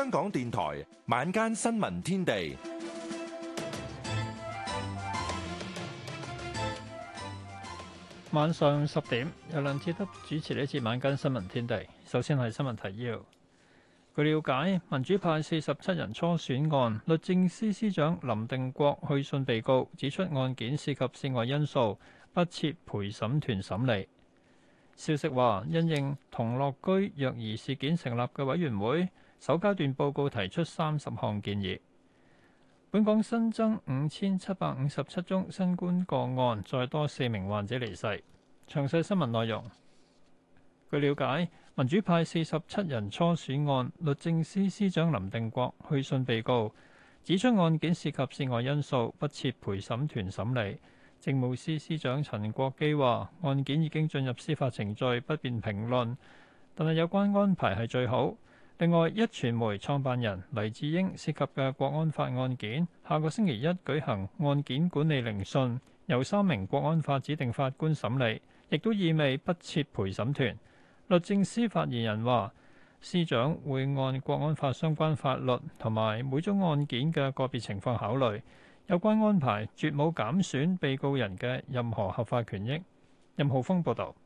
香港電台晚間新聞天地， 晚上10點由梁志德主持呢次晚間新聞天地。首先係新聞提要。據了解，民主派47人初選案，律政司司長林定國去信被告，指出案件涉及涉外因素，不設陪審團審理。消息話，因應同樂居虐兒事件成立嘅委員會，首階段報告提出30項建議。本港新增5757宗新冠個案，再多4名患者離世。詳細新聞內容。據了解，民主派47人初選案，律政司司長林定國去信被告，指出案件涉及涉外因素，不設陪審團審理。政務司司長陳國基話，案件已經進入司法程序，不便評論，但係有關安排係最好。另外，壹傳媒創辦人黎智英涉及嘅國安法案件，下個星期一舉行案件管理聆訊，由3名國安法指定法官審理，亦都意味不設陪審團。律政司發言人話，司長會按國安法相關法律同埋每宗案件嘅個別情況考慮，有關安排絕冇減損被告人嘅任何合法權益。任浩峰報導。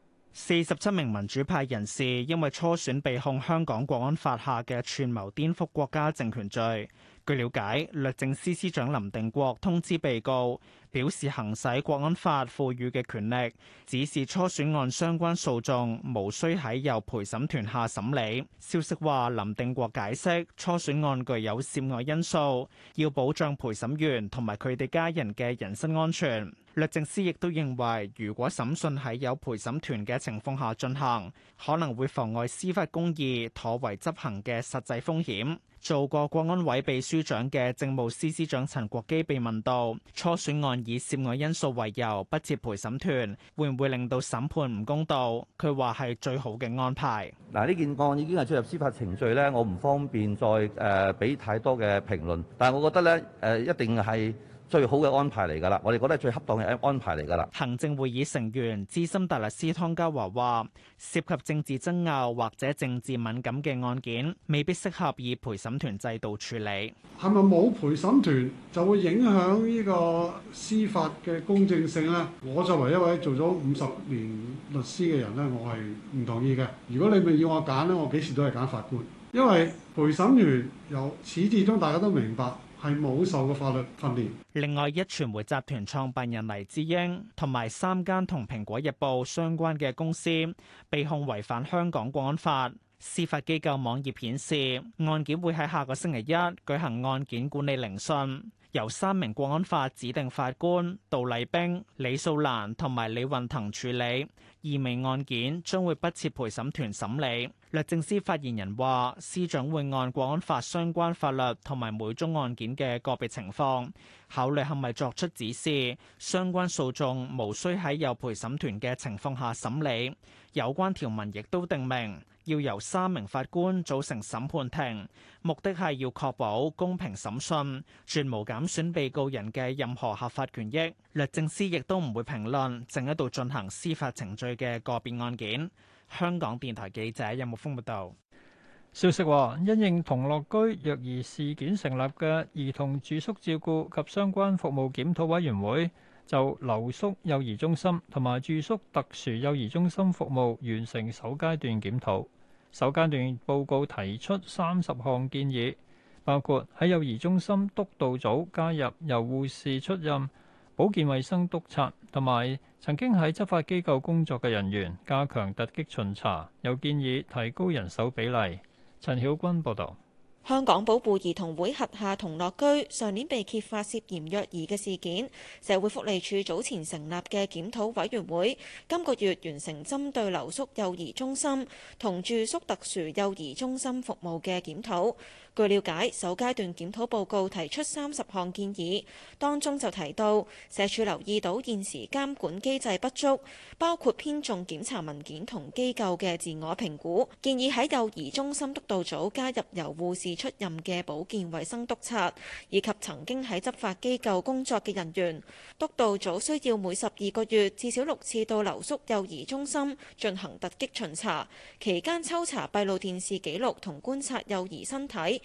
47名民主派人士因為初選被控香港國安法下嘅串謀顛覆國家政權罪。據了解，律政司司長林定國通知被告，表示行使國安法賦予嘅權力，指示初選案相關訴訟無需喺由陪審團下審理。消息話，林定國解釋初選案具有涉外因素，要保障陪審員同埋佢哋家人嘅人身安全。律政司亦都認為，如果審訊喺有陪審團嘅情況下進行，可能會妨礙司法公義妥為執行嘅實際風險。做過國安委秘書長嘅政務司司長陳國基被問到，初選案以涉外因素為由不設陪審團，會唔會令到審判唔公道？佢話係最好嘅安排。 嗱，呢件案已經係進入司法程序咧，我唔方便再俾太多嘅評論，但係我覺得咧一定係最好嘅安排嚟㗎啦，我哋覺得係最恰當嘅安排嚟㗎啦。 行政會議成員資深大律師湯家驊話，涉及政治爭拗或者政治敏感嘅案件，未必適合以陪審團制度處理。 係咪冇陪審團就會影響呢個司法嘅公正性呢？我作為一位做咗50年律師嘅人呢，我係唔同意嘅。如果你咪要我揀呢，我幾時都係揀法官，因為陪審團由始至終大家都明白，係冇受過法律訓練。 另外，壹傳媒集團創辦人黎智英同埋3間同蘋果日報相關嘅公司被控違反香港國安法。司法機構網頁顯示，案件會喺下個星期一舉行案件管理聆訊，由3名國安法指定法官杜麗冰、李素蘭同埋李運騰處理，意味案件將會不設陪審團審理。律政司發言人話，司長會按國安法相關法律同埋每宗案件嘅個別情況，考慮係咪作出指示，相關訴訟無需喺有陪審團嘅情況下審理。有關條文亦都定明，要由3名法官組成審判庭，目的係要確保公平審訊，絕無減損被告人嘅任何合法權益。律政司亦都唔會評論正喺度進行司法程序嘅個別案件。香港電台記者任木峰報道。 消息話，因應同樂居虐兒事件成立嘅兒童住宿照顧及相關服務檢討委員會，就留宿幼兒中心同埋住宿特殊幼兒中心服務完成首階段檢討。首階段報告提出30項建議，包括喺幼兒中心督導組加入由護士出任保健衛生督察，同埋曾經喺執法機構工作嘅人員加強突擊巡查，又建議提高人手比例。陳曉君報導。 香港保護兒童會轄下同樂居上年被揭發涉嫌虐兒嘅事件，社會福利署早前成立嘅檢討委員會，今個月完成針對留宿幼兒中心同住宿特殊幼兒中心服務嘅檢討。據了解，首階段檢討報告提出30項建議，當中就提到社署留意到現時監管機制不足，包括偏重檢查文件同機構嘅自我評估，建議喺幼兒中心督導組加入由護士出任嘅保健衛生督察，以及曾經喺執法機構工作嘅人員。督導組需要每12個月至少6次到留宿幼兒中心進行突擊巡查，期間抽查閉路電視記錄同觀察幼兒身體，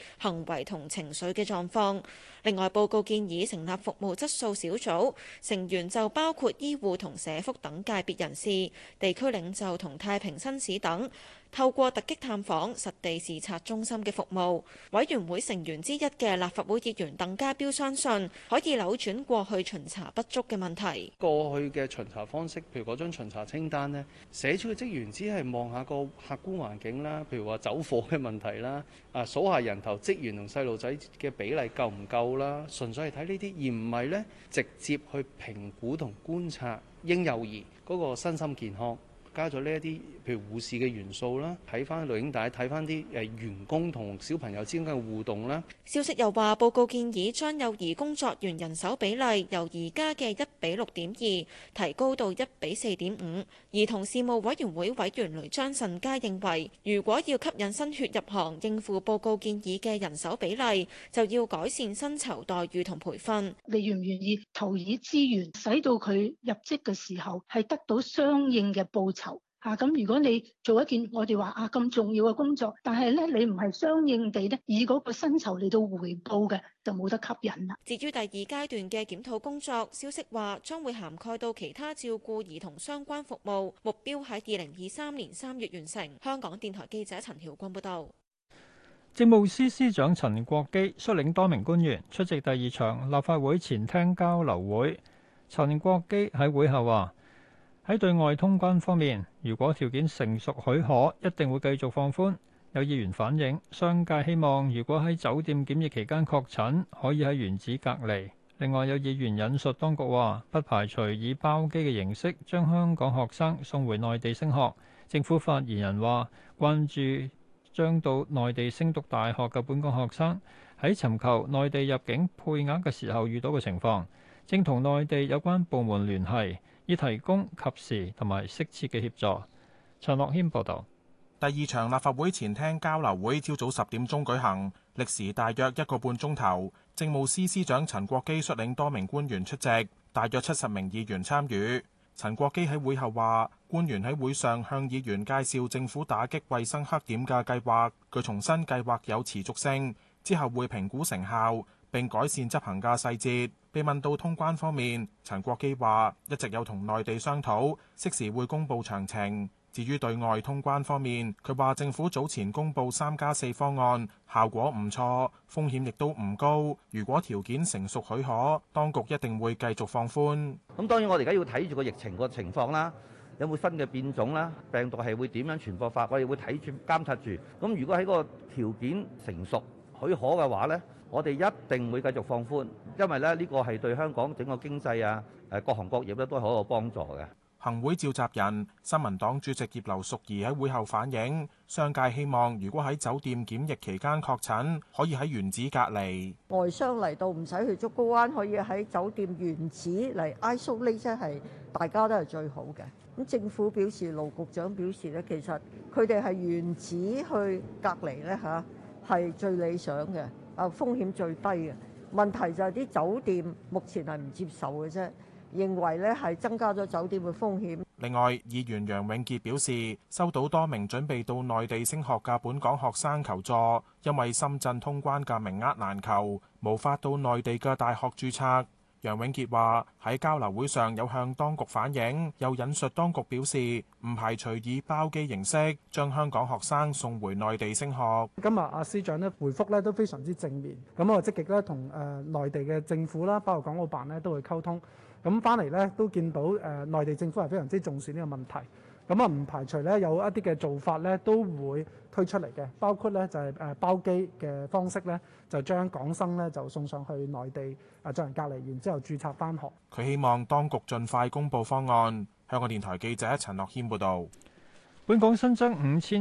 行為同情緒嘅狀況。另外，報告建議成立服務質素小組，成員就包括醫護同社福等界別人士、地區領袖同太平紳士等，透過突擊探訪、實地視察中心嘅服務。委員會成員之一嘅立法會議員鄧家彪相信，可以扭轉過去巡查不足嘅問題。 過去嘅巡查方式，譬如嗰張巡查清單呢，社署嘅職員只係望下個客觀環境啦，譬如話走火嘅問題啦，數下人頭職員同細路仔嘅比例夠唔夠啦，純粹係睇呢啲，而唔係呢直接去評估同觀察嬰幼兒嗰個身心健康。加咗呢一啲，譬如護士嘅元素啦，睇翻錄影帶，睇翻啲員工同小朋友之間嘅互動啦。 消息又話，報告建議將幼兒工作員人手比例由而家嘅1:6.2提高到1:4.5。兒童事務委員會委員雷張慎佳認為，如果要吸引新血入行，應付報告建議嘅人手比例，就要改善薪酬待遇同培訓。 你願唔願意投以資源，使到佢入職嘅時候係得到相應嘅報酬？咁如果你做一件我哋話咁重要嘅工作，但係咧你唔係相應地咧以嗰個薪酬嚟到回報嘅，就冇得吸引啦。 至於第二階段嘅檢討工作，消息話將會涵蓋到其他照顧兒童相關服務，目標喺2023年3月完成。香港電台記者陳曉君報導。 政務司司長陳國基率領多名官員出席第二場立法會前廳交流會。陳國基喺會後話：喺對外通關方面，如果條件成熟許可，一定會繼續放寬。有議員反映，商界希望如果喺酒店檢疫期間確診，可以喺原址隔離。另外有議員引述當局話，不排除以包機嘅形式將香港學生送回內地升學。政府發言人話，關注將到內地升讀大學嘅本港學生喺尋求內地入境配額嘅時候遇到嘅情況，正同內地有關部門聯繫，以提供及時同埋適切嘅協助。陳樂軒報導。 第二場立法會前廳交流會朝早10點鐘舉行，歷時大約1個半鐘頭。政務司司長陳國基率領多名官員出席，大約70名議員參與。陳國基喺會後話，官員喺會上向議員介紹政府打擊衛生黑點嘅計劃，佢重申計劃有持續性，之後會評估成效並改善執行嘅細節。被問到通關方面，陳國基話一直有同內地商討，適時會公佈詳情。至於對外通關方面，佢話政府早前公布3+4方案，效果唔錯，風險亦都唔高。如果條件成熟許可，當局一定會繼續放寬。 咁當然我哋而家要睇住個疫情個情況啦，有冇新嘅變種啦，病毒係會點樣傳播法，我哋會睇住監察住。咁如果喺個條件成熟許可嘅話呢，我哋一定會繼續放寬，因為呢個係對香港整個經濟啊、各行各業咧都係好有幫助嘅。 行會召集人、新民黨主席葉劉淑儀喺會後反映，商界希望如果喺酒店檢疫期間確診，可以喺原址隔離。 外商嚟到唔使去竹篙灣，可以喺酒店原址嚟 isolate， 即係大家都係最好嘅。咁政府表示，盧局長表示咧，其實佢哋係原址去隔離咧嚇，係最理想嘅，風險最低嘅。問題就係啲酒店目前係唔接受嘅啫。認為咧係增加咗酒店嘅風險。 另外，議員楊永傑表示，收到多名準備到內地升學嘅本港學生求助，因為深圳通關嘅名額難求，無法到內地嘅大學註冊。楊永傑話喺交流會上有向當局反映，又引述當局表示，唔排除以包機形式將香港學生送回內地升學。 今日阿司長咧回覆咧都非常之正面，咁我積極咧同內地嘅政府啦，包括港澳辦咧都會溝通。咁翻嚟咧都見到內地政府係非常之重視呢個問題，咁唔排除咧有一啲嘅做法咧都會推出嚟嘅，包括咧就係包機嘅方式咧，就將港生咧就送上去內地進行隔離，然之後註冊翻學。 佢希望當局盡快公布方案。香港電台記者陳樂軒報導。 本港新增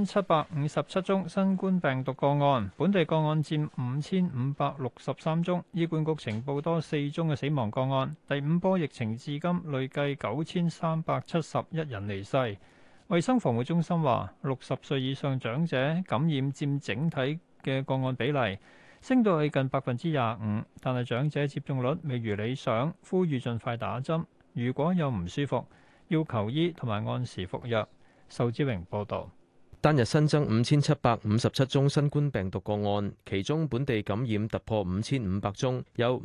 5757宗新冠病毒個案，本地個案佔5563宗。醫管局呈報多4宗嘅死亡個案。第5波疫情至今累計9371人離世。衛生防護中心話，60歲以上長者感染佔整體嘅個案比例升到係近25%，但係長者接種率未如理想，呼籲盡快打針。如果有唔舒服，要求醫同埋按時服藥。仇志榮報導。 單日新增5757宗新冠病毒個案，其中本地感染突破5500宗，有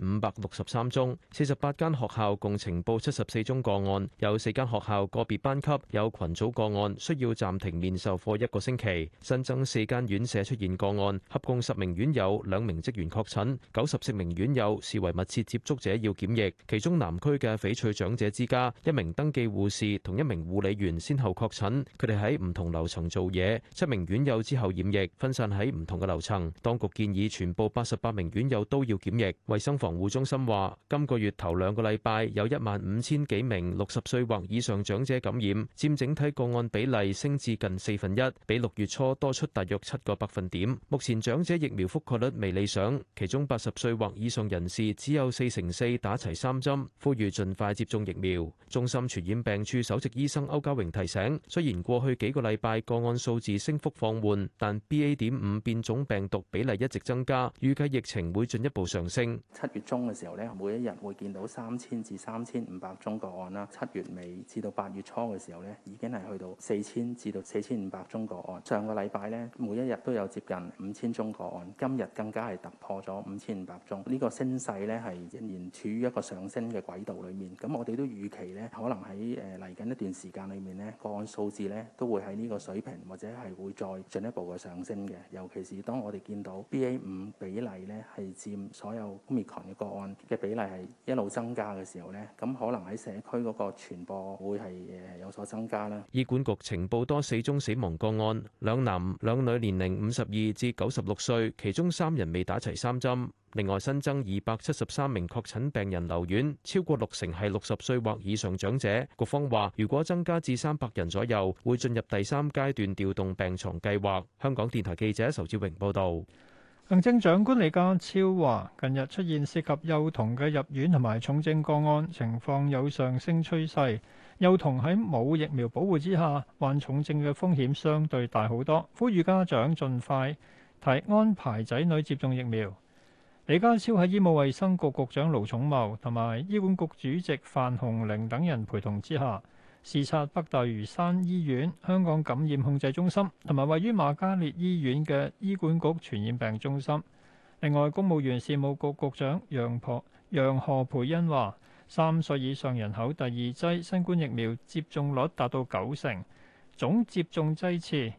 5563宗。48間學校共呈報74宗個案，有4間學校個別班級有群組個案，需要暫停面授課1個星期。新增4間院舍出現個案，合共10名院友、2名職員確診，94名院友視為密切接觸者要檢疫。其中南區嘅翡翠長者之家1名登記護士同1名護理員先後確診，佢哋喺唔同樓層做嘢，7名院友之後染疫，分散喺唔同嘅樓層。當局建議全部88名院友都要檢疫。衛生防護中心話，今個月頭2個禮拜有15000幾名60歲或以上長者感染，佔整體個案比例升至近1/4，比6月初多出大約7個百分點。目前長者疫苗覆蓋率未理想，其中80歲或以上人士只有4/4打齊3針，呼籲盡快接種疫苗。中心傳染病處首席醫生歐家榮提醒，雖然過去幾個禮拜個案數字升幅放緩，但 BA.5 變種病毒比例一直增加，預計疫情會進一步上升。 7月中嘅時候咧，每一日會見到3000至3500宗個案啦。7月尾至到8月初嘅時候咧，已經係去到4000至到4500宗個案。上個禮拜咧，每一日都有接近5000宗個案，今日更加係突破咗5500宗。呢個升勢咧係仍然處於一個上升嘅軌道裡面。咁我哋都預期咧，可能喺嚟緊一段時間裡面咧，個案數字咧都會喺呢個水平或者係會再進一步嘅上升嘅。尤其是當我哋見到 BA.5 比例咧係佔所有 Omicron 嘅個案嘅比例係一路增加嘅時候咧，咁可能喺社區嗰個傳播會係有所增加啦。 醫管局呈報多4宗死亡個案，2男2女，年齡52至96歲，其中3人未打齊3針。另外新增273名確診病人留院，超過60%係60歲或以上長者。局方話，如果增加至300人左右，會進入第3階段調動病床計劃。香港電台記者仇志榮報導。 行政長官李家超話，近日出現涉及幼童嘅入院同埋重症個案，情況有上升趨勢。幼童喺冇疫苗保護之下，患重症嘅風險相對大好多，呼籲家長盡快安排仔女接種疫苗。李家超喺醫務衛生局局長盧寵茂同埋醫管局主席范鴻齡等人陪同之下，視察北大嶼山醫院、香港感染控制中心同埋位於瑪嘉烈醫院嘅醫管局傳染病中心。另外，公務員事務局局長楊何蓓茵話，3歲以上人口第2劑新冠疫苗接種率達到90%。總接種劑次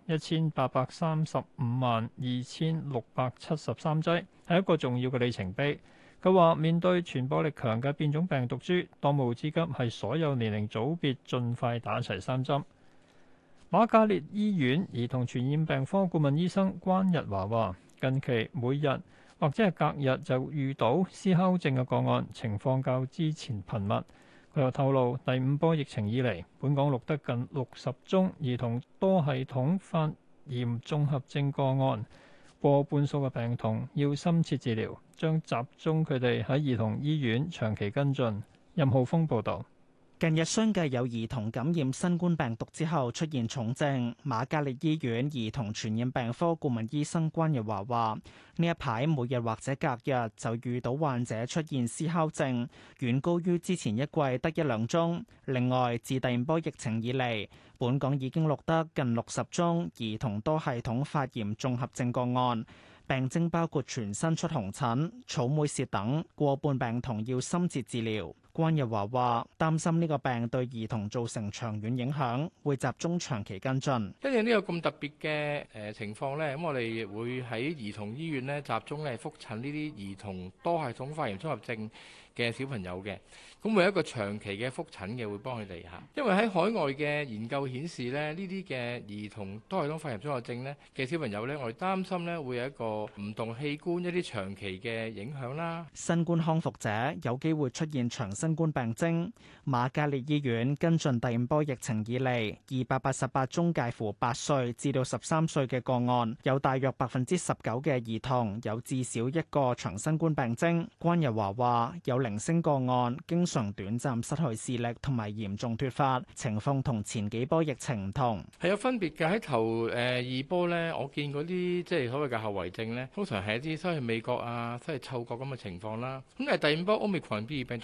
18352673劑，係一個重要嘅里程碑。佢話面對傳播力強嘅變種病毒株，當務之急係所有年齡組別盡快打齊3針。瑪嘉烈醫院兒童傳染病科顧問醫生關日華話，近期每日或者係隔日就遇到絲酵症嘅個案，情況較之前頻密。佢又透露，第5波疫情以嚟，本港錄得近60宗兒童多系統發炎綜合症個案，過半數嘅病童要深切治療，將集中佢哋喺兒童醫院長期跟進。任浩峰報導。 近日相繼有兒童感染新冠病毒之後出現重症，瑪嘉烈醫院兒童傳染病科顧問醫生關日華話：呢一排每日或者隔日就遇到患者出現絲酵症，遠高於之前一季得1-2宗。另外，自第5波疫情以嚟，本港已經錄得近60宗兒童多系統發炎綜合症個案。病徵包括全身出紅疹、草莓舌等，過半病童要深切治療。關日華話：擔心呢個病對兒童造成長遠影響，會集中長期跟進。 因為呢個咁特別嘅情況呢，咁我哋會喺兒童醫院呢集中嚟覆診呢啲兒童多系統發炎綜合症嘅小朋友嘅，咁會有一個長期嘅覆診嘅，會幫佢哋嚇。因為喺海外嘅研究顯示咧，呢啲嘅兒童多系統發炎綜合症咧嘅小朋友咧，我哋擔心咧會有一個唔同器官一啲長期嘅影響啦。 新冠康復者有機會出現長新冠病徵。瑪嘉烈醫院跟進第5波疫情以嚟288宗介乎8歲至到13歲嘅個案，有大約19%嘅兒童有至少一個長新冠病徵。關日華話：有零星個案經常短暫失去視力同埋嚴重脫髮，情況同前幾波疫情唔同。 係有分別嘅。喺頭2波咧，我見嗰啲即係所謂嘅後遺症咧，通常係一啲失去味覺啊、失去嗅覺咁嘅情況啦。咁但係第5波 Omicron 變異病毒株咧，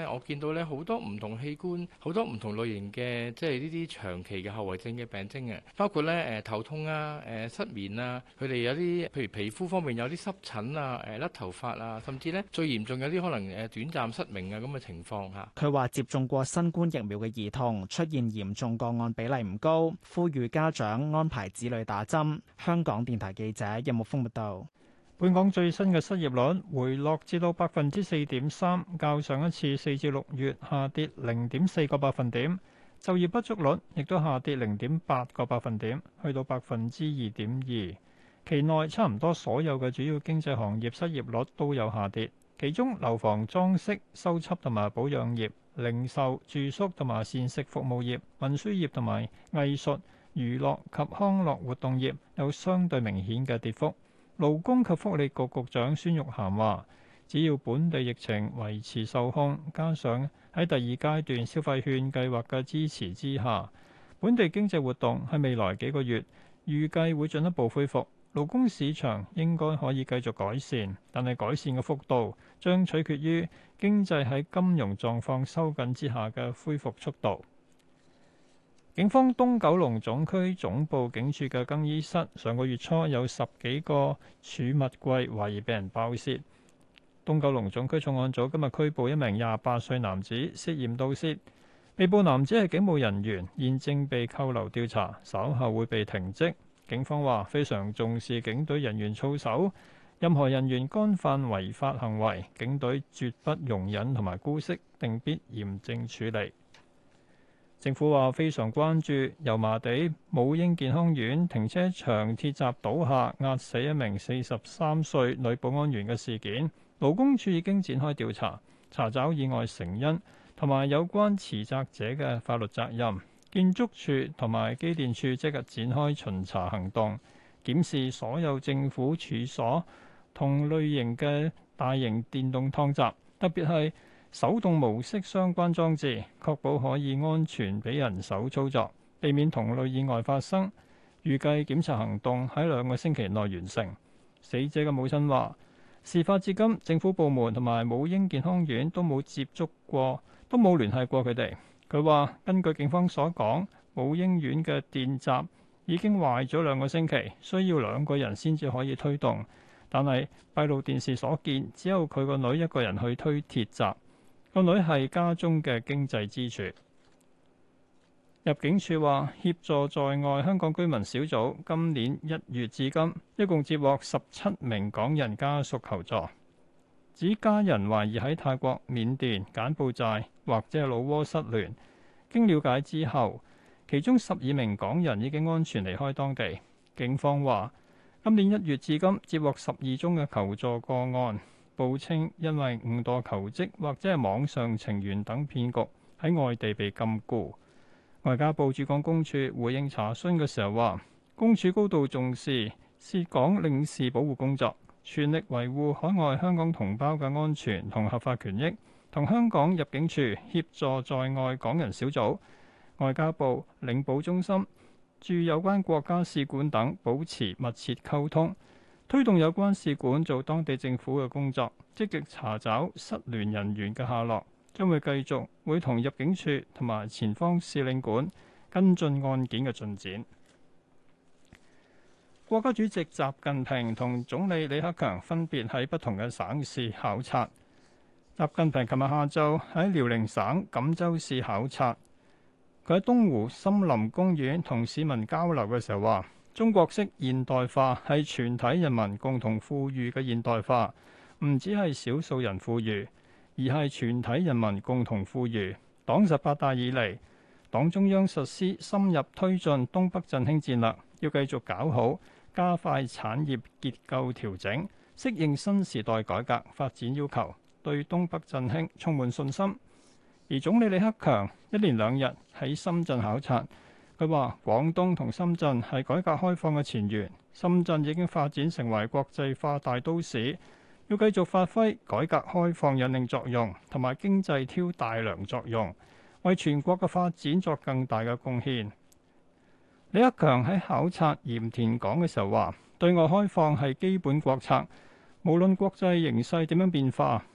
呢，我見到呢好多唔同器官、好多唔同類型嘅即係呢啲長期嘅後遺症嘅病徵嘅，包括呢頭痛啊、失眠啊，佢哋有啲譬如皮膚方面有啲濕疹啊、甩頭髮啊，甚至呢最嚴重有啲可能短暫失明啊咁嘅情況嚇。 佢話接種過新冠疫苗嘅兒童出現嚴重個案比例唔高，呼籲家長安排子女打針。香港電台記者任木峯報道。 本港最新嘅失業率回落至到4.3%，較上一次4至6月下跌0.4個百分點。就業不足率亦都下跌0.8個百分點，去到2.2%。期內差唔多所有嘅主要經濟行業失業率都有下跌，其中樓房裝飾、修葺同埋保養業、零售、住宿同埋膳食服務業、運輸業同埋藝術、娛樂及康樂活動業有相對明顯嘅跌幅。勞工及福利局局長孫玉菡話，只要本地疫情維持受控，加上喺第二階段消費券計劃嘅支持之下，本地經濟活動喺未來幾個月預計會進一步恢復，勞工市場應該可以繼續改善，但係改善嘅幅度將取決於經濟喺金融狀況收緊之下嘅恢復速度。警方東九龍總區總部警署嘅更衣室上個月初有10幾個儲物櫃懷疑被人爆竊。東九龍總區重案組今日拘捕一名28歲男子，涉嫌盜竊。被捕男子係警務人員，現正被扣留調查，稍後會被停職。警方話非常重視警隊人員操守，任何人員干犯違法行為，警隊絕不容忍同埋姑息，定必嚴正處理。政府話非常關注油麻地母嬰健康院停車場鐵閘倒下，壓死一名43歲女保安員嘅事件，勞工處已經展開調查，查找意外成因同埋有關持責者嘅法律責任。建築署同埋機電署即日展開巡查行動，檢視所有政府處所同類型嘅大型電動湯閘，特別係手動模式相關裝置，確保可以安全俾人手操作，避免同類意外發生。預計檢查行動喺2個星期內完成。死者嘅母親話，事發至今，政府部門同埋母嬰健康院都冇接觸過，都冇聯繫過佢哋。佢話根據警方所講，母嬰院嘅電閘已經壞咗2個星期，需要2個人先至可以推動，但係閉路電視所見，只有佢個女一個人去推鐵閘。個女係家中嘅經濟支柱。入境處話，協助在外香港居民小組今年1月至今，一共接獲17名港人家屬求助，指家人懷疑喺泰國、緬甸、柬埔寨或者係老撾失聯。經了解之後，其中12名港人已經安全離開當地。警方話，今年1月至今接獲12宗嘅求助個案。報稱因為誤墮求職或者係網上情緣等騙局，喺外地被禁錮。外交部駐港公署回應查詢嘅時候話，公署高度重視涉港領事保護工作，全力維護海外香港同胞嘅安全同合法權益，同香港入境處協助在外港人小組、外交部領保中心駐有關國家使館等保持密切溝通，推動有關使館做當地政府嘅工作，積極查找失聯人員嘅下落，將會繼續會同入境處同埋前方使領館跟進案件嘅進展。國家主席習近平同總理李克強分別喺不同嘅省市考察。習近平琴日下晝喺遼寧省錦州市考察，佢喺東湖森林公園同市民交流嘅時候話，中國式現代化係全體人民共同富裕嘅現代化，唔只係少數人富裕，而係全體人民共同富裕。黨18大以嚟，黨中央實施深入推進東北振興戰略，要繼續搞好，加快產業結構調整，適應新時代改革發展要求，對東北振興充滿信心。而總理李克強一連2日喺深圳考察。佢話：廣東同深圳係改革開放嘅前沿，深圳已經發展成為國際化大都市，要繼續發揮改革開放引領作用同埋經濟挑大梁作用，為全國嘅發展作更大嘅貢獻。李克強喺考察鹽田港嘅時候話：對外開放係基本國策，無論國際形勢點樣變化，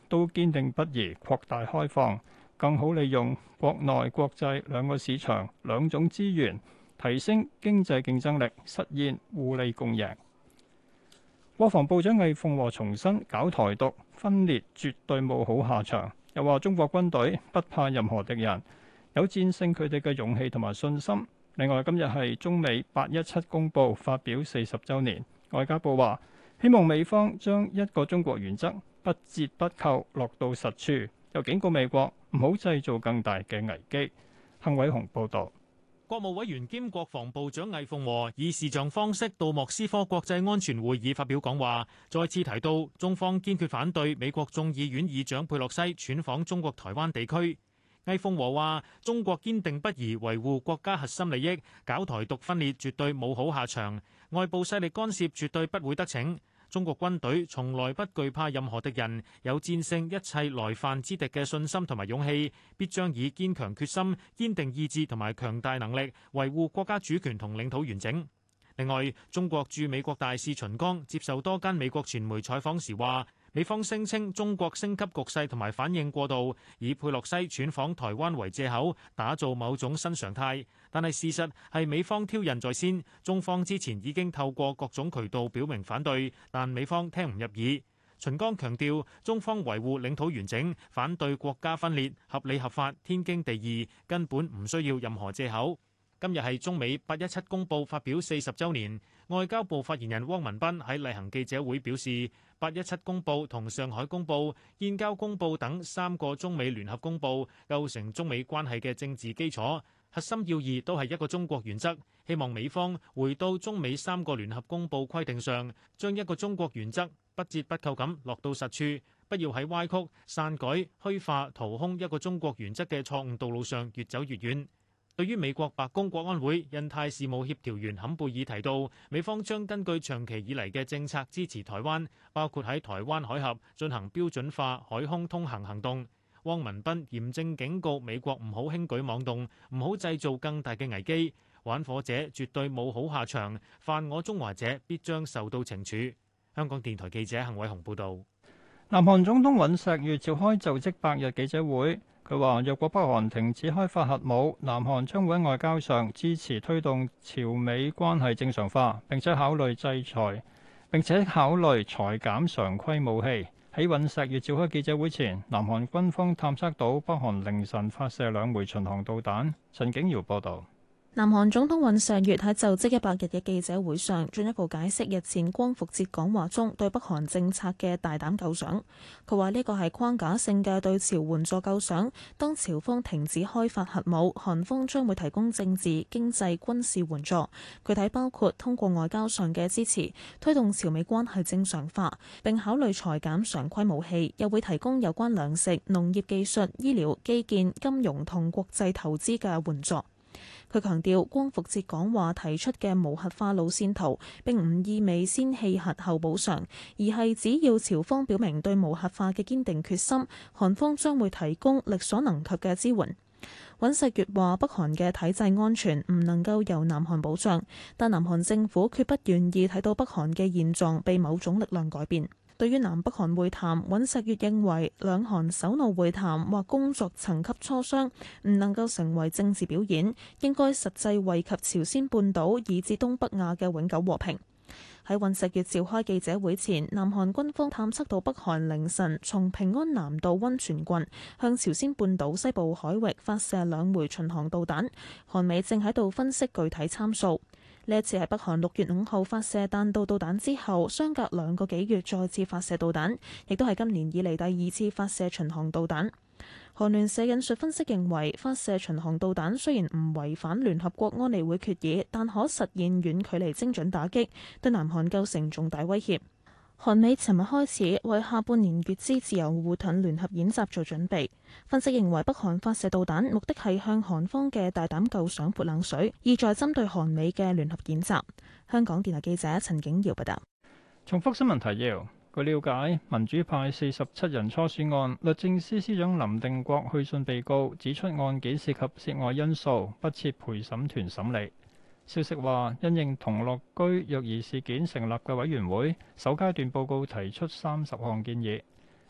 都堅定不移擴大開放，更好利用國內國際兩個市場兩種資源，提升經濟競爭力，實現互利共贏。國防部長魏鳳和重申，搞台獨分裂絕對冇好下場，又話中國軍隊不怕任何敵人，有戰勝佢哋嘅勇氣同埋信心。另外，今日係中美817公報發表40週年，外交部話希望美方將一個中國原則不折不扣落到實處，又警告美國唔好製造更大嘅危機。幸偉雄報導。 國務委員兼國防部長魏鳳和以視像方式到莫斯科國際安全會議發表講話，再次提到中方堅決反對美國眾議院議長佩洛西竄訪中國台灣地區。魏鳳和話：中國堅定不移維護國家核心利益，搞台獨分裂絕對冇好下場，外部勢力干涉絕對不會得逞。中國軍隊從來不懼怕任何敵人，有戰勝一切來犯之敵嘅信心同埋勇氣，必將以堅強決心、堅定意志同埋強大能力維護國家主權同領土完整。另外，中國駐美國大使秦剛接受多間美國傳媒採訪時話，美方聲稱中國升級局勢同埋反應過度，以佩洛西竄訪台灣為藉口，打造某種新常態。但係事實係美方挑釁在先，中方之前已經透過各種渠道表明反對，但美方聽唔入耳。秦剛強調，中方維護領土完整，反對國家分裂，合理合法，天經地義，根本唔需要任何藉口。今日係中美817公報發表40週年，外交部發言人汪文斌喺例行記者會表示，817公報同上海公報、建交公報等3個中美聯合公報構成中美關係嘅政治基礎，核心要義都係一個中國原則。希望美方回到中美3個聯合公報規定上，將一個中國原則不折不扣咁落到實處，不要喺歪曲、篡改、虛化、掏空一個中國原則嘅錯誤道路上越走越遠。對於美國白宮國安會印太事務協調員坎貝爾提到，美方將根據長期以嚟嘅政策支持台灣，包括喺台灣海峽進行標準化海空通行行動。汪文斌嚴正警告美國唔好輕舉妄動，唔好製造更大嘅危機，玩火者絕對冇好下場，犯我中華者必將受到懲處。香港電台記者幸偉雄報導。 南韓總統尹錫悅召開就職百日記者會。佢話：若果北韓停止開發核武，南韓將會喺外交上支持推動朝美關係正常化，並且考慮制裁，並且考慮裁減常規武器。喺尹錫悅召開記者會前，南韓軍方探測到北韓凌晨發射2枚巡航導彈。陳景堯報道。 南韓總統尹錫悅喺就職100日嘅記者會上，進一步解釋日前光復節講話中對北韓政策嘅大膽構想。佢話呢個係框架性嘅對朝援助構想，當朝方停止開發核武，韓方將會提供政治、經濟、軍事援助，具體包括通過外交上嘅支持，推動朝美關係正常化，並考慮裁減常規武器，又會提供有關糧食、農業技術、醫療、基建、金融同國際投資嘅援助。佢強調，光復節講話提出嘅無核化路線圖並唔意味先棄核後補償，而係只要朝方表明對無核化嘅堅定決心，韓方將會提供力所能及嘅支援。尹錫悅話：北韓嘅體制安全唔能夠由南韓保障，但南韓政府決不願意睇到北韓嘅現狀被某種力量改變。對於南北韓會談，尹錫悅認為兩韓首腦會談或工作層級磋商唔能夠成為政治表演，應該實際惠及朝鮮半島以至東北亞嘅永久和平。喺尹錫悅召開記者會前，南韓軍方探測到北韓凌晨從平安南道溫泉郡向朝鮮半島西部海域發射2枚巡航導彈，韓美正喺度分析具體參數。呢一次係北韓6月5號發射彈道導彈之後，相隔2個幾月再次發射導彈，亦都係今年以嚟第2次發射巡航導彈。韓聯社引述分析認為，發射巡航導彈雖然唔違反聯合國安理會決議，但可實現遠距離精準打擊，對南韓構成重大威脅。韓美尋日開始為下半年乙支自由護盾聯合演習做準備。分析認為，北韓發射導彈目的係向韓方嘅大膽構想潑冷水，意在針對韓美嘅聯合演習。香港電台記者陳景堯報道。 重複新聞提要。據了解，民主派47人初選案，律政司司長林定國去信被告，指出案件涉及涉外因素，不設陪審團審理。消息話，因應同樂居虐兒事件成立嘅委員會，首階段報告提出30項建議。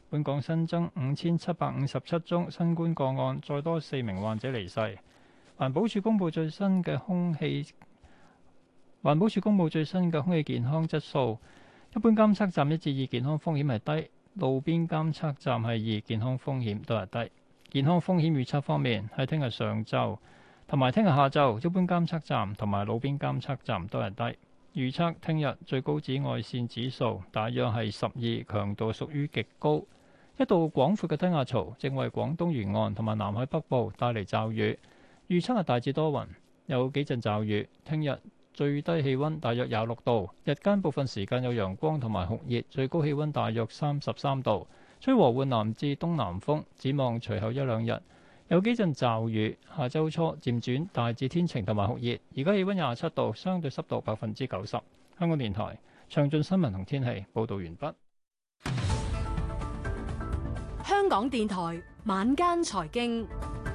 本港新增5757宗新冠個案，再多4名患者離世。環保署公布最新嘅空氣健康質素，一般監測站1至2健康風險係低，路邊監測站係2，健康風險都係低。健康風險預測方面，喺聽日上晝同埋聽日下晝，一般監測站同埋路邊監測站都係低。預測聽日最高紫外線指數大約係12，強度屬於極高。一道廣闊嘅低壓槽正為廣東沿岸同埋南海北部帶嚟驟雨，預測係大致多雲，有幾陣驟雨。聽日最低氣温大約26度，日間部分時間有陽光同埋酷熱，最高氣温大約33度，吹和緩南至東南風。展望隨後一兩日有幾陣驟雨，下週初漸轉大致天晴同埋酷熱。而家氣温27度，相對濕度90%。香港電台詳盡新聞同天氣報導完畢。 香港電台晚間財經，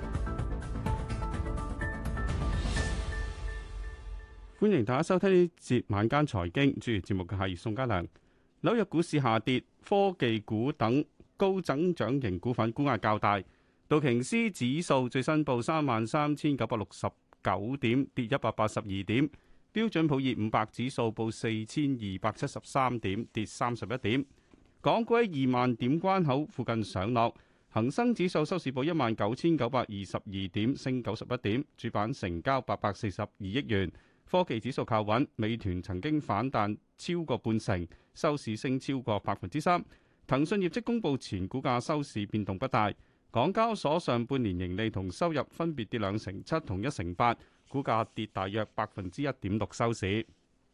歡迎大家收聽呢節晚間財經。主持節目嘅係宋家良。紐約股市下跌，科技股等高增長型股份沽壓較大。道瓊斯指數最新報33,969點，跌182點。標準普爾500指數報4,273點，跌31點。港股喺2萬點關口附近上落，恒生指數收市報19,922點，升91點，主板成交842億元。科技指數靠穩，美團曾經反彈超過半成，收市升超過3%。騰訊業績公佈前，股價收市變動不大。港交所上半年盈利同收入分別跌2成7同1成8，股價跌大約1.6%收市。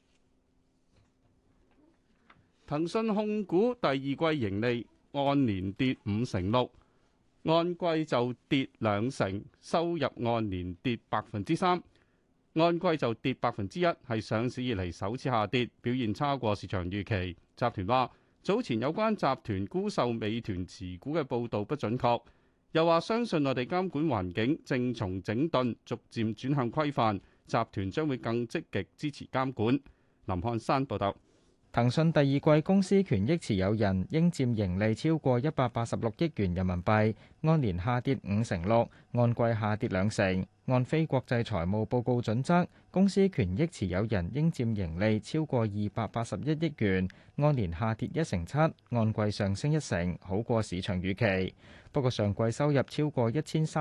騰訊控股第二季盈利按年跌5成6，按季就跌2成，收入按年跌3%，按季就跌1%，係上市以嚟首次下跌，表現差過市場預期。集團話早前有關集團沽售美團持股嘅報導不準確，又話相信內地監管環境正從整頓逐漸轉向規範，集團將會更積極支持監管。林漢山報導。 騰訊第二季公司權益持有人應佔盈利超過186億元人民幣，按年下跌5成6，按季下跌2成。按非國際財務報告準則，公司權益持有人應佔盈利超過281億元，按年下跌1成7，按季上升1成，好過市場預期。不過上季收入超過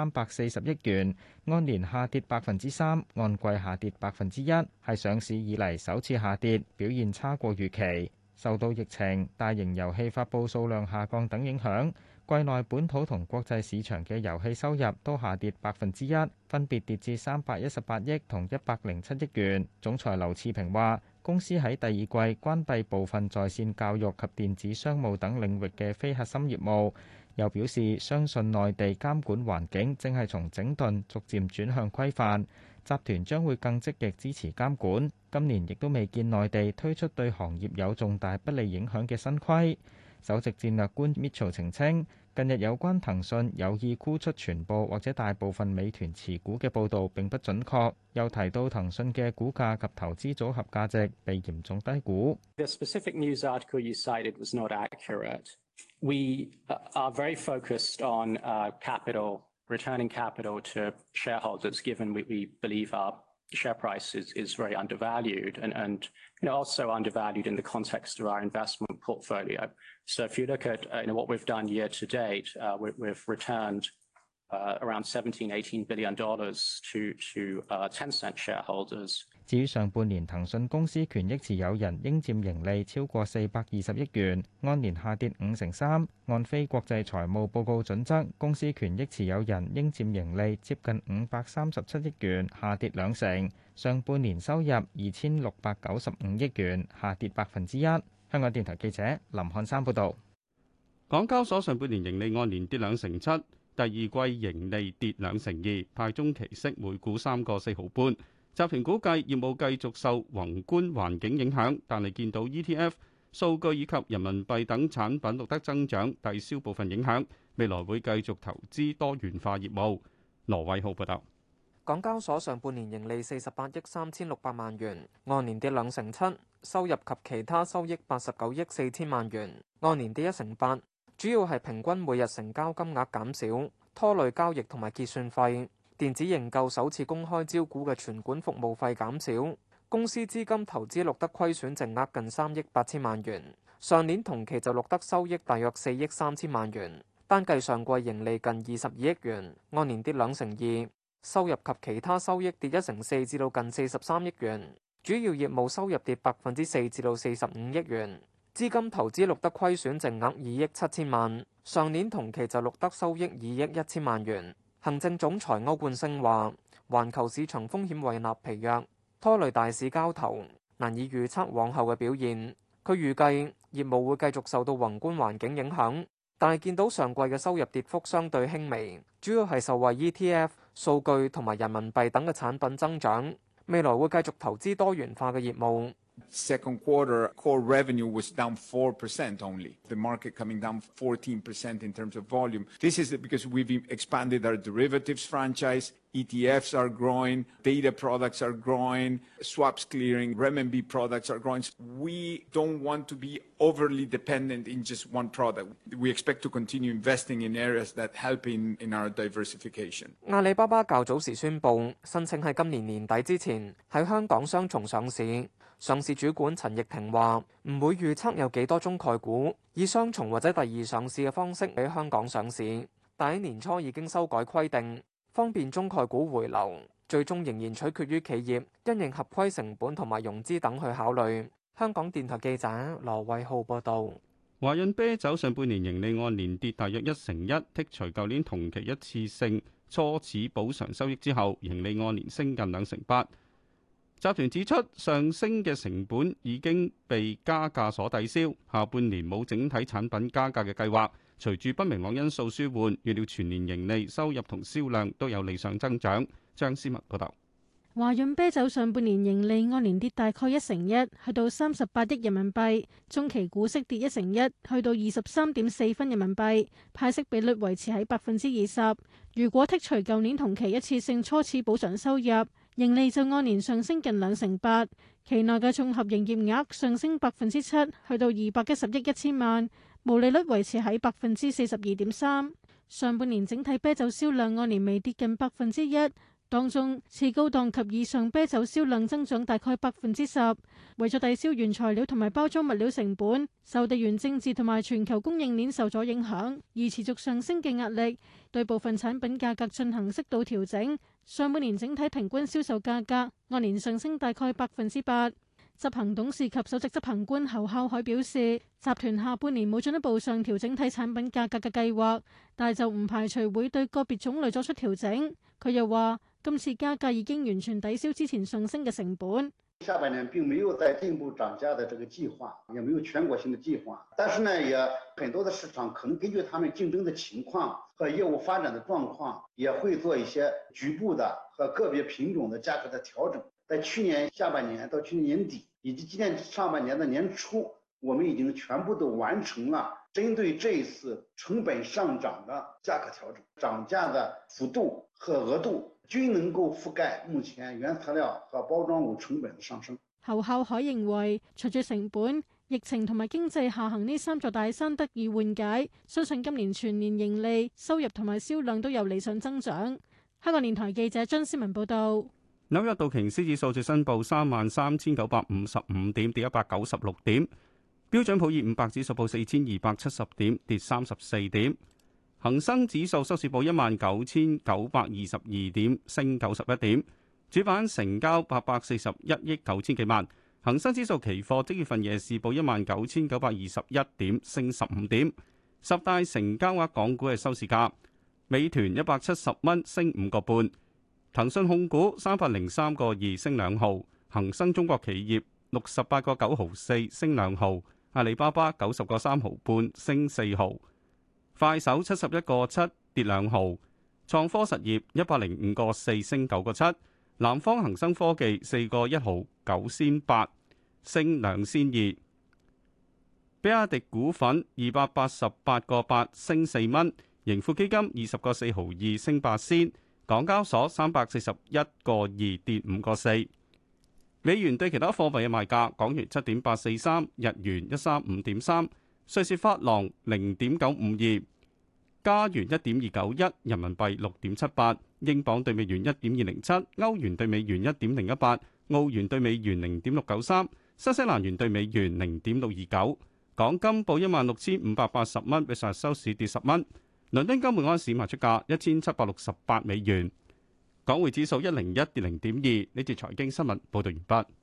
1340億元，按年下跌3%，按季下跌1%，係上市以嚟首次下跌，表現差過預期。受到疫情、大型遊戲發佈數量下降等影響，季內本土同國際市場嘅遊戲收入都下跌1%，分別跌至318億同107億元。總裁劉熾平話：公司喺第二季關閉部分在線教育及電子商務等領域嘅非核心業務，又表示相信內地監管環境正係從整頓逐漸轉向規範，集團將會更積極支持監管。今年亦都未見內地推出對行業有重大不利影響嘅新規。首席戰略官 Mitchell 澄清，近日有關騰訊有意沽出全部或者大部分美團持股嘅報導並不準確，又提到騰訊嘅股價及投資組合價值被嚴重低估。 The specific news article you cited was not accurate. We are very focused on returning capital to shareholders, given we believe our share price is very undervalued and also undervalued in the context of our investment portfolio. So if you look at what we've done year to date, we've returned around $17-18 billion to Tencent shareholders. 至於上半年騰訊公司權益持有人應佔盈利超過420億元，按年下跌5成3。按非國際財務報告準則，公司權益持有人應佔盈利接近537億元，下跌2成。上半年收入2695億元，下跌1%。香港電台記者林漢山報導。 港交所上半年盈利按年跌2成7，第二季盈利跌2成2，派中期息每股3個4毫半。集團估計業務繼續受宏觀環境影響，但係見到 ETF 數據以及人民幣等產品錄得增長，抵消部分影響。未來會繼續投資多元化業務。羅偉浩報道。 港交所上半年盈利48億3600萬元，按年跌2成7，收入及其他收益89億4千萬元，按年跌1成8。 主要係平均每日成交金額減少，拖累交易同埋結算費。電子認購首次公開招股嘅存管服務費減少，公司資金投資錄得虧損淨額近3億8千萬元，上年同期就錄得收益大約4億3千萬元，單計上季盈利近22億元，按年跌2%，收入及其他收益跌1%至到近43億元，主要業務收入跌4%至到45億元，資金投資錄得虧損淨額2億7千萬，上年同期就錄得收益2億1千萬元。行政總裁歐冠昇話：環球市場風險胃納疲弱，拖累大市交投，難以預測往後嘅表現。佢預計業務會繼續受到宏觀環境影響，但係見到上季嘅收入跌幅相對輕微，主要係受惠 ETF、數據同埋人民幣等嘅產品增長。未來會繼續投資多元化嘅業務。 Second quarter core revenue was down 4% only. The market coming down 14% in terms of volume. This is because we've expanded our derivatives franchise. ETFs are growing, data products are growing, swaps clearing, renminbi products are growing. We don't want to be overly dependent in just one product. We expect to continue investing in areas that help in our diversification. 阿里巴巴較早時宣布，申請喺今年年底之前喺香港雙重上市。上市主管陳奕霆話：唔會預測有幾多中概股以雙重或者第二上市嘅方式喺香港上市，但喺年初已經修改規定，方便中概股回流。最終仍然取決於企業因應合規成本同埋融資等去考慮。香港電台記者羅偉浩報道。 華潤啤酒上半年盈利按年跌大約1%，剔除舊年同期一次性初始補償收益之後，盈利按年升近2%。集團指出，上升嘅成本已經被加價所抵消，下半年冇整體產品加價嘅計劃。隨住不明朗因素舒緩，預料全年盈利、收入同銷量都有理想增長。張思文報道。 華潤啤酒上半年盈利按年跌大概1%，去到38億人民幣，中期股息跌1%，去到23.4分人民幣，派息比率維持喺20%。如果剔除舊年同期一次性初始補償收入，盈利就按年上升近2%8%，期內嘅綜合營業額上升7%，去到210億1千萬，毛利率維持喺42.3%。上半年整體啤酒銷量按年微跌近1%，當中次高檔及以上啤酒銷量增長大概10%。為咗抵消原材料同埋包裝物料成本，受地緣政治同埋全球供應鏈受咗影響而持續上升嘅壓力，對部分產品價格進行適度調整。上半年整體平均銷售價格按年上升大概8%。執行董事及首席執行官侯孝海表示，集團下半年冇進一步上調整體產品價格嘅計劃，但係就唔排除會對個別種類作出調整。佢又話，今次加價已經完全抵消之前上升嘅成本。 下半年並沒有再進一步漲價的這個計劃，也沒有全國性的計劃。但是呢，也很多的市場可能根據他們競爭的情況和業務發展的狀況，也會做一些局部的和個別品種的價格的調整。在去年下半年到去年年底，以及今年上半年的年初，我們已經全部都完成了針對這一次成本上漲的價格調整，漲價的幅度和額度均能夠覆蓋目前原材料和包裝物成本的上升。 侯孝海認為，隨住成本、疫情同埋經濟下行呢三座大山得以緩解，相信今年全年盈利、收入同埋銷量都有理想增長。香港電台記者張思文報道。 紐約道瓊斯指數最新報33,955點，跌196點。標準普爾500指數報4,270點，跌34點。恒生指數收市報19,922點，升91點。主板成交841億9千幾萬。恒生指數期貨即月份夜市報19,921點，升15點。十大成交額港股嘅收市價：美團170蚊，升5個半。騰訊控股303個2升2毫，恒生中國企業68個9毫4升2毫，阿里巴巴90個3毫半升4毫，快手71個7跌2毫，創科實業105個4升9個7，南方恒生科技4個1毫9仙8升2仙2，比亞迪股份288個8升4蚊，盈富基金20個4毫2升8仙。港交所341個2跌5個4，美元對其他貨幣嘅賣價：港元7.843，日元135.3， 瑞士法郎0.952，加元1.291，人民幣6.78，英鎊對美元1.207，歐元對美元1.018，澳元對美元0.693，新西蘭元對美元0.629。港金報16,580蚊，比上日收市跌10蚊。倫敦金每盎司賣出價1768美元。港匯指數101跌0.2。呢節財經新聞報道完畢。